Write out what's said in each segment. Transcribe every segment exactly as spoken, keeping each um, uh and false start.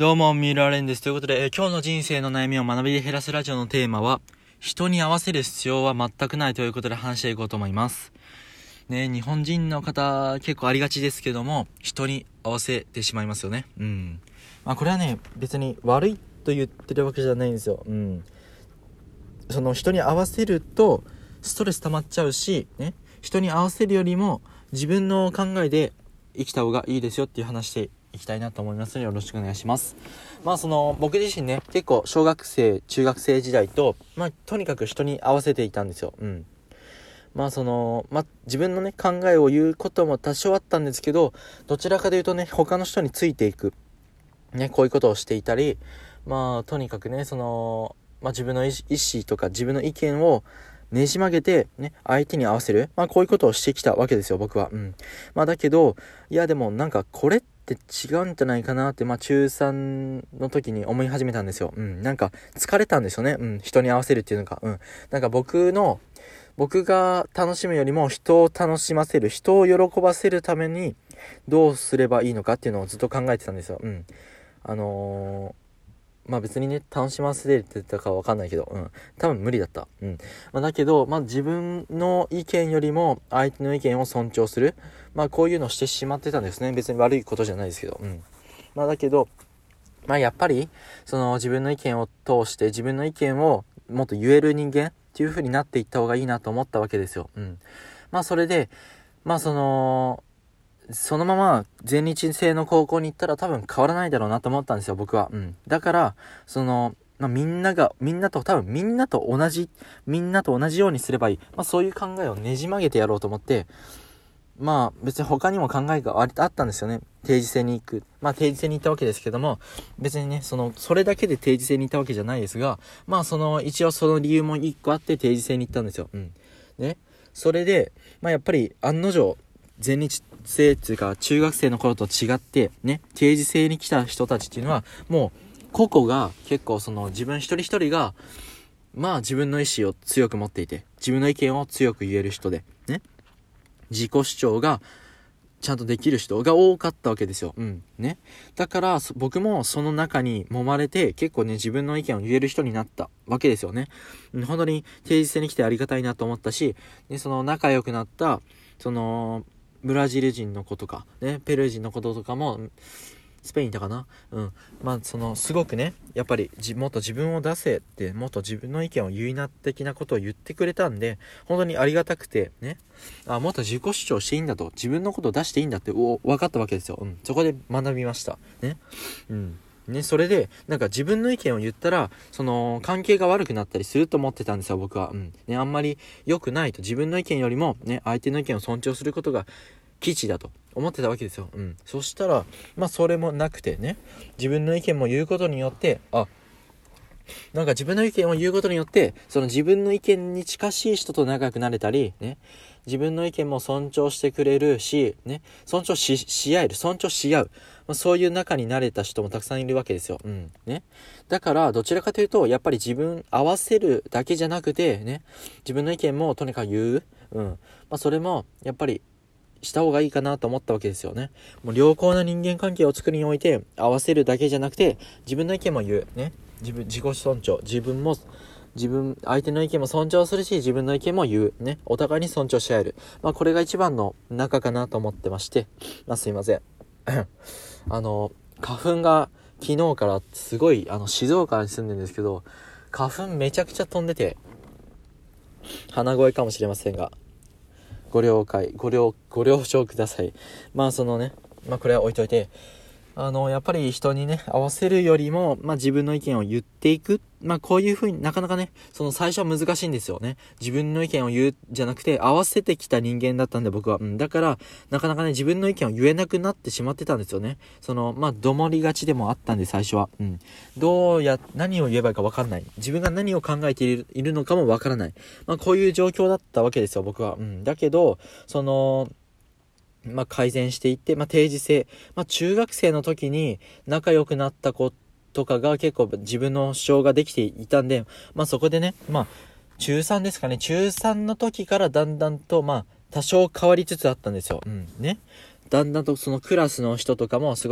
どうも、三浦蓮です。ということで、えー今日の人生の悩みを学びで減らすラジオのテーマは、人に合わせる必要は全くないということで話していこうと思います。ね、日本人の方結構ありがちですけども、人に合わせてしまいますよね。うん。まあこれはね、別に悪いと言ってるわけじゃないんですよ。うん。その人に合わせるとストレス溜まっちゃうし、ね、人に合わせるよりも自分の考えで生きた方がいいですよっていう話でいきたいなと思いますのでよろしくお願いします。まあその僕自身ね、結構小学生中学生時代とまあとにかく人に合わせていたんですよ。うん。まあそのまあ自分のね考えを言うことも多少あったんですけど、どちらかというとね他の人についていくね、こういうことをしていたり、まあとにかくねそのまあ自分の意思とか自分の意見をねじ曲げてね相手に合わせる、まあこういうことをしてきたわけですよ僕は。うん。まあだけどいやでもなんかこれって違うんじゃないかなってまあ中さんの時に思い始めたんですよ。うん。なんか疲れたんですよね。うん。人に合わせるっていうのが、うん。なんか僕の僕が楽しむよりも人を楽しませる、人を喜ばせるためにどうすればいいのかっていうのをずっと考えてたんですよ。うん。あのーまあ別にね楽しませれてたかは分かんないけど、うん多分無理だった。うんまあだけどまあ自分の意見よりも相手の意見を尊重する、まあこういうのをしてしまってたんですね。別に悪いことじゃないですけど、うんまあだけどまあやっぱりその自分の意見を通して自分の意見をもっと言える人間っていう風になっていった方がいいなと思ったわけですよ。うんまあそれでまあそのそのまま全日制の高校に行ったら多分変わらないだろうなと思ったんですよ僕は。うん。だからそのまあみんながみんなと多分みんなと同じみんなと同じようにすればいい。まあそういう考えをねじ曲げてやろうと思って、まあ別に他にも考えがあったんですよね。定時制に行く。まあ定時制に行ったわけですけども、別にねそのそれだけで定時制に行ったわけじゃないですが、まあその一応その理由も一個あって定時制に行ったんですよ。うん。ね。それでまあやっぱり案の定全日制っていうか中学生の頃と違ってね定時制に来た人たちっていうのはもう個々が結構その自分一人一人がまあ自分の意思を強く持っていて自分の意見を強く言える人でね自己主張がちゃんとできる人が多かったわけですよ。うんねだから僕もその中に揉まれて結構ね自分の意見を言える人になったわけですよね。本当に定時制に来てありがたいなと思ったし、でその仲良くなったそのブラジル人の子とかねペルー人の子とかもスペインだかなうんまあそのすごくねやっぱりじもっと自分を出せってもっと自分の意見を言いな的なことを言ってくれたんで本当にありがたくてねあもっと自己主張していいんだと自分のことを出していいんだってお分かったわけですよ。うんそこで学びましたね。うんね、それでなんか自分の意見を言ったらその関係が悪くなったりすると思ってたんですよ僕は。うんね、あんまり良くないと自分の意見よりもね相手の意見を尊重することが基地だと思ってたわけですよ。うん。そしたらまあそれもなくてね自分の意見も言うことによってあなんか自分の意見を言うことによってその自分の意見に近しい人と仲良くなれたりね自分の意見も尊重してくれるしね尊重 し, し合える尊重し合う、まあ、そういう仲になれた人もたくさんいるわけですよ。うんねだからどちらかというとやっぱり自分合わせるだけじゃなくてね自分の意見もとにかく言ううんまあそれもやっぱりした方がいいかなと思ったわけですよね。もう良好な人間関係を作るにおいて合わせるだけじゃなくて自分の意見も言うね自分自己尊重自分も自分相手の意見も尊重するし自分の意見も言うねお互いに尊重し合えるまあこれが一番の仲かなと思ってましてまあすいませんあの花粉が昨日からすごいあの静岡に住んでるんですけど花粉めちゃくちゃ飛んでて鼻声かもしれませんがご了解、ご了、ご了承ください。まあそのね、まあこれは置いといて、あの、やっぱり人にね、合わせるよりも、まあ自分の意見を言っていく。まあこういう風になかなかね、その最初は難しいんですよね。自分の意見を言うじゃなくて、合わせてきた人間だったんで僕は。うん、だから、なかなかね、自分の意見を言えなくなってしまってたんですよね。その、まあ、どもりがちでもあったんで最初は。うん。どうや、何を言えばいいか分かんない。自分が何を考えている、いるのかも分からない。まあこういう状況だったわけですよ、僕は。うん。だけど、その、まあ、改善していって、まあ、定時制、まあ、中学生の時に仲良くなった子とかが結構自分の主張ができていたんで、まあ、そこでね、まあ、中さんですかね、中さんの時からだんだんと、まあ、多少変わりつつあったんですよ。うん、ね。だんだんとそのクラスの人とかもすごい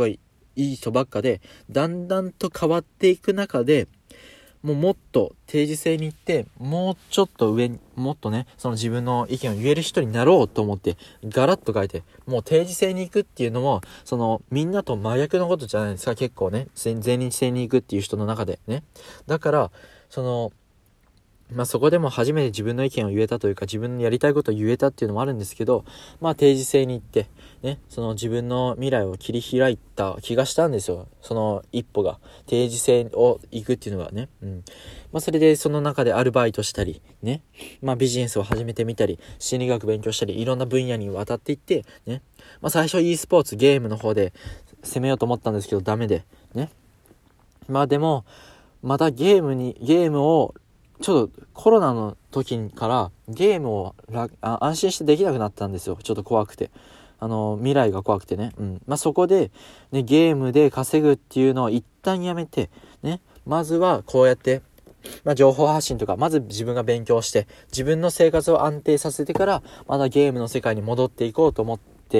いい人ばっかで、だんだんと変わっていく中で、もうもっと定時制に行って、もうちょっと上に、もっとね、その自分の意見を言える人になろうと思って、ガラッと変えて、もう定時制に行くっていうのも、その、みんなと真逆のことじゃないですか、結構ね。全日制に行くっていう人の中でね。だから、その、まあそこでも初めて自分の意見を言えたというか、自分のやりたいことを言えたっていうのもあるんですけど、まあ定時制に行ってね、その自分の未来を切り開いた気がしたんですよ。その一歩が定時制を行くっていうのがね、うん。まあそれでその中でアルバイトしたりね、まあビジネスを始めてみたり、心理学勉強したり、いろんな分野にわたっていってね、まあ最初 e スポーツゲームの方で攻めようと思ったんですけどダメでね。まあでもまたゲームにゲームをちょっとコロナの時からゲームをあ安心してできなくなったんですよ。ちょっと怖くて。あの、未来が怖くてね。うん。まあ、そこで、ね、ゲームで稼ぐっていうのを一旦やめて、ね。まずはこうやって、まあ、情報発信とか、まず自分が勉強して、自分の生活を安定させてから、またゲームの世界に戻っていこうと思って、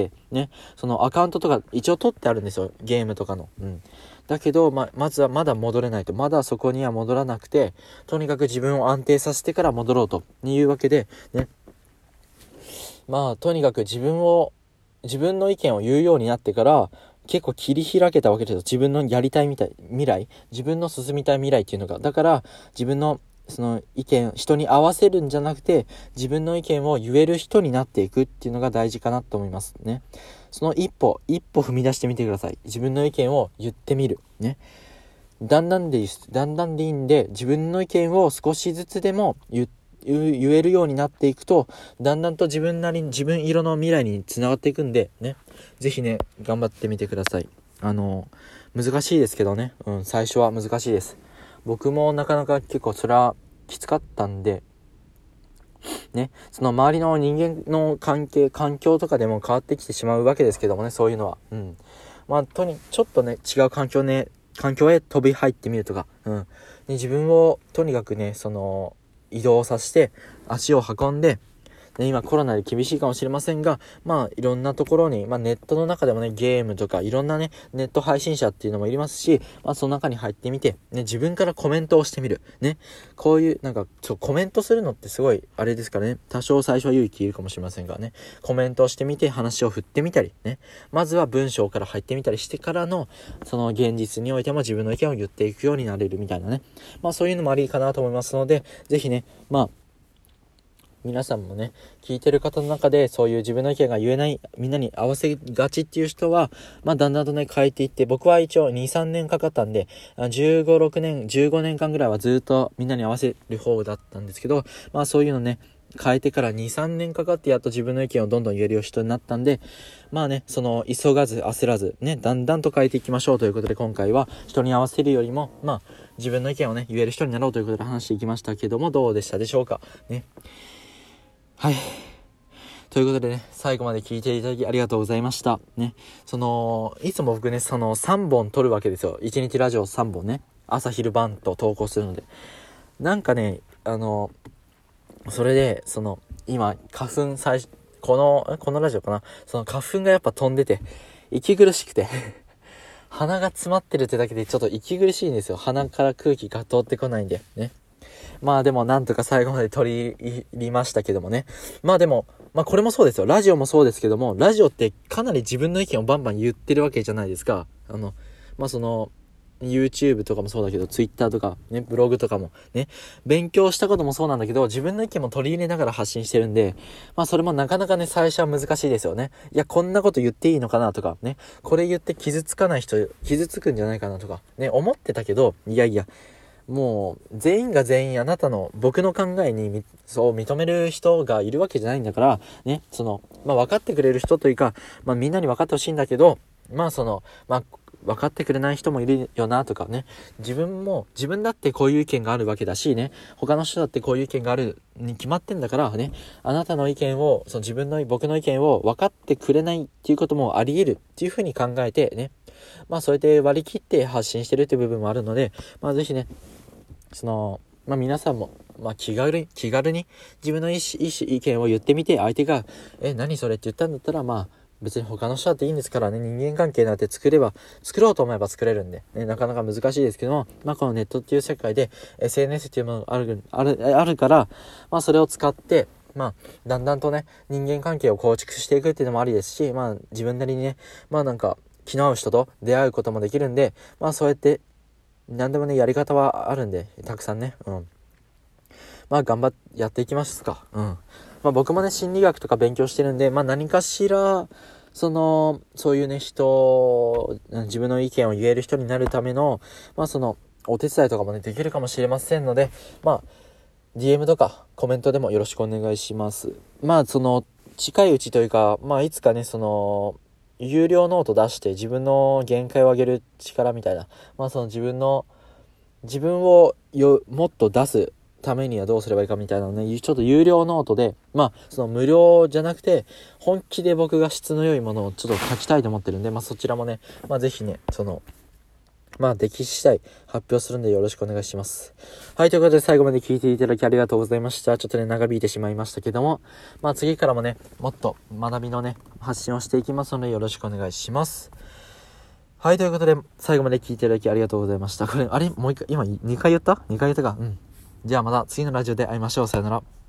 ね。そのアカウントとか一応取ってあるんですよ。ゲームとかの。うん。だけど、ま、まずはまだ戻れないと。まだそこには戻らなくて、とにかく自分を安定させてから戻ろうというわけで、ね。まあ、とにかく自分を、自分の意見を言うようになってから、結構切り開けたわけですよ。自分のやりたいみたい、未来、自分の進みたい未来っていうのが。だから、自分のその意見、人に合わせるんじゃなくて、自分の意見を言える人になっていくっていうのが大事かなと思いますね。その一歩、一歩踏み出してみてください。自分の意見を言ってみる。ね。だんだんでいいです。だんだんでいいんで、自分の意見を少しずつでも言、言えるようになっていくと、だんだんと自分なりに、自分色の未来につながっていくんで、ね。ぜひね、頑張ってみてください。あの、難しいですけどね。うん、最初は難しいです。僕もなかなか結構それはきつかったんで、ね、その周りの人間の関係、環境とかでも変わってきてしまうわけですけどもね、そういうのは。うん。まあ、とに、ちょっとね、違う環境ね、環境へ飛び入ってみるとか、うん。で、自分をとにかくね、その、移動させて、足を運んで、ね、今コロナで厳しいかもしれませんが、まあいろんなところに、まあネットの中でもね、ゲームとかいろんなね、ネット配信者っていうのもいますし、まあその中に入ってみて、ね、自分からコメントをしてみる。ね、こういう、なんか、ちょ、コメントするのってすごい、あれですからね、多少最初は勇気いるかもしれませんがね、コメントをしてみて話を振ってみたり、ね、まずは文章から入ってみたりしてからの、その現実においても自分の意見を言っていくようになれるみたいなね、まあそういうのもありかなと思いますので、ぜひね、まあ、皆さんもね、聞いてる方の中でそういう自分の意見が言えない、みんなに合わせがちっていう人は、まあだんだんとね変えていって、僕は一応に、さんねんかかったんで、じゅうご、ろくねん、じゅうごねんかんぐらいはずっとみんなに合わせる方だったんですけど、まあそういうのね、変えてからに、さんねんかかってやっと自分の意見をどんどん言えるよう人になったんで、まあね、その急がず焦らずね、だんだんと変えていきましょうということで、今回は人に合わせるよりも、まあ自分の意見をね、言える人になろうということで話していきましたけども、どうでしたでしょうかね。はい。ということでね、最後まで聞いていただきありがとうございました。ね。その、いつも僕ね、そのさんぼん撮るわけですよ。いちにちラジオさんぼんね。朝昼晩と投稿するので。なんかね、あの、それで、その、今、花粉最初、この、このラジオかな。その花粉がやっぱ飛んでて、息苦しくて。鼻が詰まってるってだけでちょっと息苦しいんですよ。鼻から空気が通ってこないんで。ね。まあでもなんとか最後まで取り入りましたけどもね。まあでも、まあこれもそうですよ。ラジオもそうですけども、ラジオってかなり自分の意見をバンバン言ってるわけじゃないですか。あの、まあその、YouTube とかもそうだけど、Twitter とかね、ブログとかもね、勉強したこともそうなんだけど、自分の意見も取り入れながら発信してるんで、まあそれもなかなかね、最初は難しいですよね。いや、こんなこと言っていいのかなとか、ね、これ言って傷つかない人、傷つくんじゃないかなとか、ね、思ってたけど、いやいや、もう全員が全員あなたの僕の考えにそう認める人がいるわけじゃないんだからね、そのまあ分かってくれる人というか、まあみんなに分かってほしいんだけど、まあそのまあ分かってくれない人もいるよなとかね、自分も自分だってこういう意見があるわけだしね、他の人だってこういう意見があるに決まってんだからね、あなたの意見をその自分の僕の意見を分かってくれないっていうこともあり得るっていうふうに考えてね、まあそれで割り切って発信してるっていう部分もあるので、まあぜひね、そのまあ皆さんもまあ気軽に気軽に自分の意思、意思意見を言ってみて、相手がえ何それって言ったんだったら、まあ別に他の人だっていいんですからね、人間関係なんて作れば、作ろうと思えば作れるんで、ね、なかなか難しいですけども、まあこのネットっていう世界で エスエヌエス っていうものがある、ある、あるから、まあそれを使って、まあだんだんとね、人間関係を構築していくっていうのもありですし、まあ自分なりにね、まあなんか気の合う人と出会うこともできるんで、まあそうやって、何でもね、やり方はあるんで、たくさんね、うん。まあ頑張ってやっていきますか。うん。まあ僕もね、心理学とか勉強してるんで、まあ何かしら、その、そういうね、人、自分の意見を言える人になるための、まあその、お手伝いとかもね、できるかもしれませんので、まあ、ディーエム とかコメントでもよろしくお願いします。まあその、近いうちというか、まあいつかね、その、有料ノート出して自分の限界を上げる力みたいな、まあその自分の、自分をよ、もっと出すためにはどうすればいいかみたいなのね、ちょっと有料ノートで、まあ、その無料じゃなくて、本気で僕が質の良いものをちょっと書きたいと思ってるんで、まあそちらもね、まあぜひね、その、まあ、でき次第発表するんでよろしくお願いします。はい、ということで最後まで聞いていただきありがとうございました。ちょっとね、長引いてしまいましたけども、まあ次からもね、もっと学びのね、発信をしていきますのでよろしくお願いします。はい、ということで、最後まで聞いていただきありがとうございました。これ、あれもう一回、今にかい言った ?に 回言ったかうん。じゃあまた次のラジオで会いましょう。さよなら。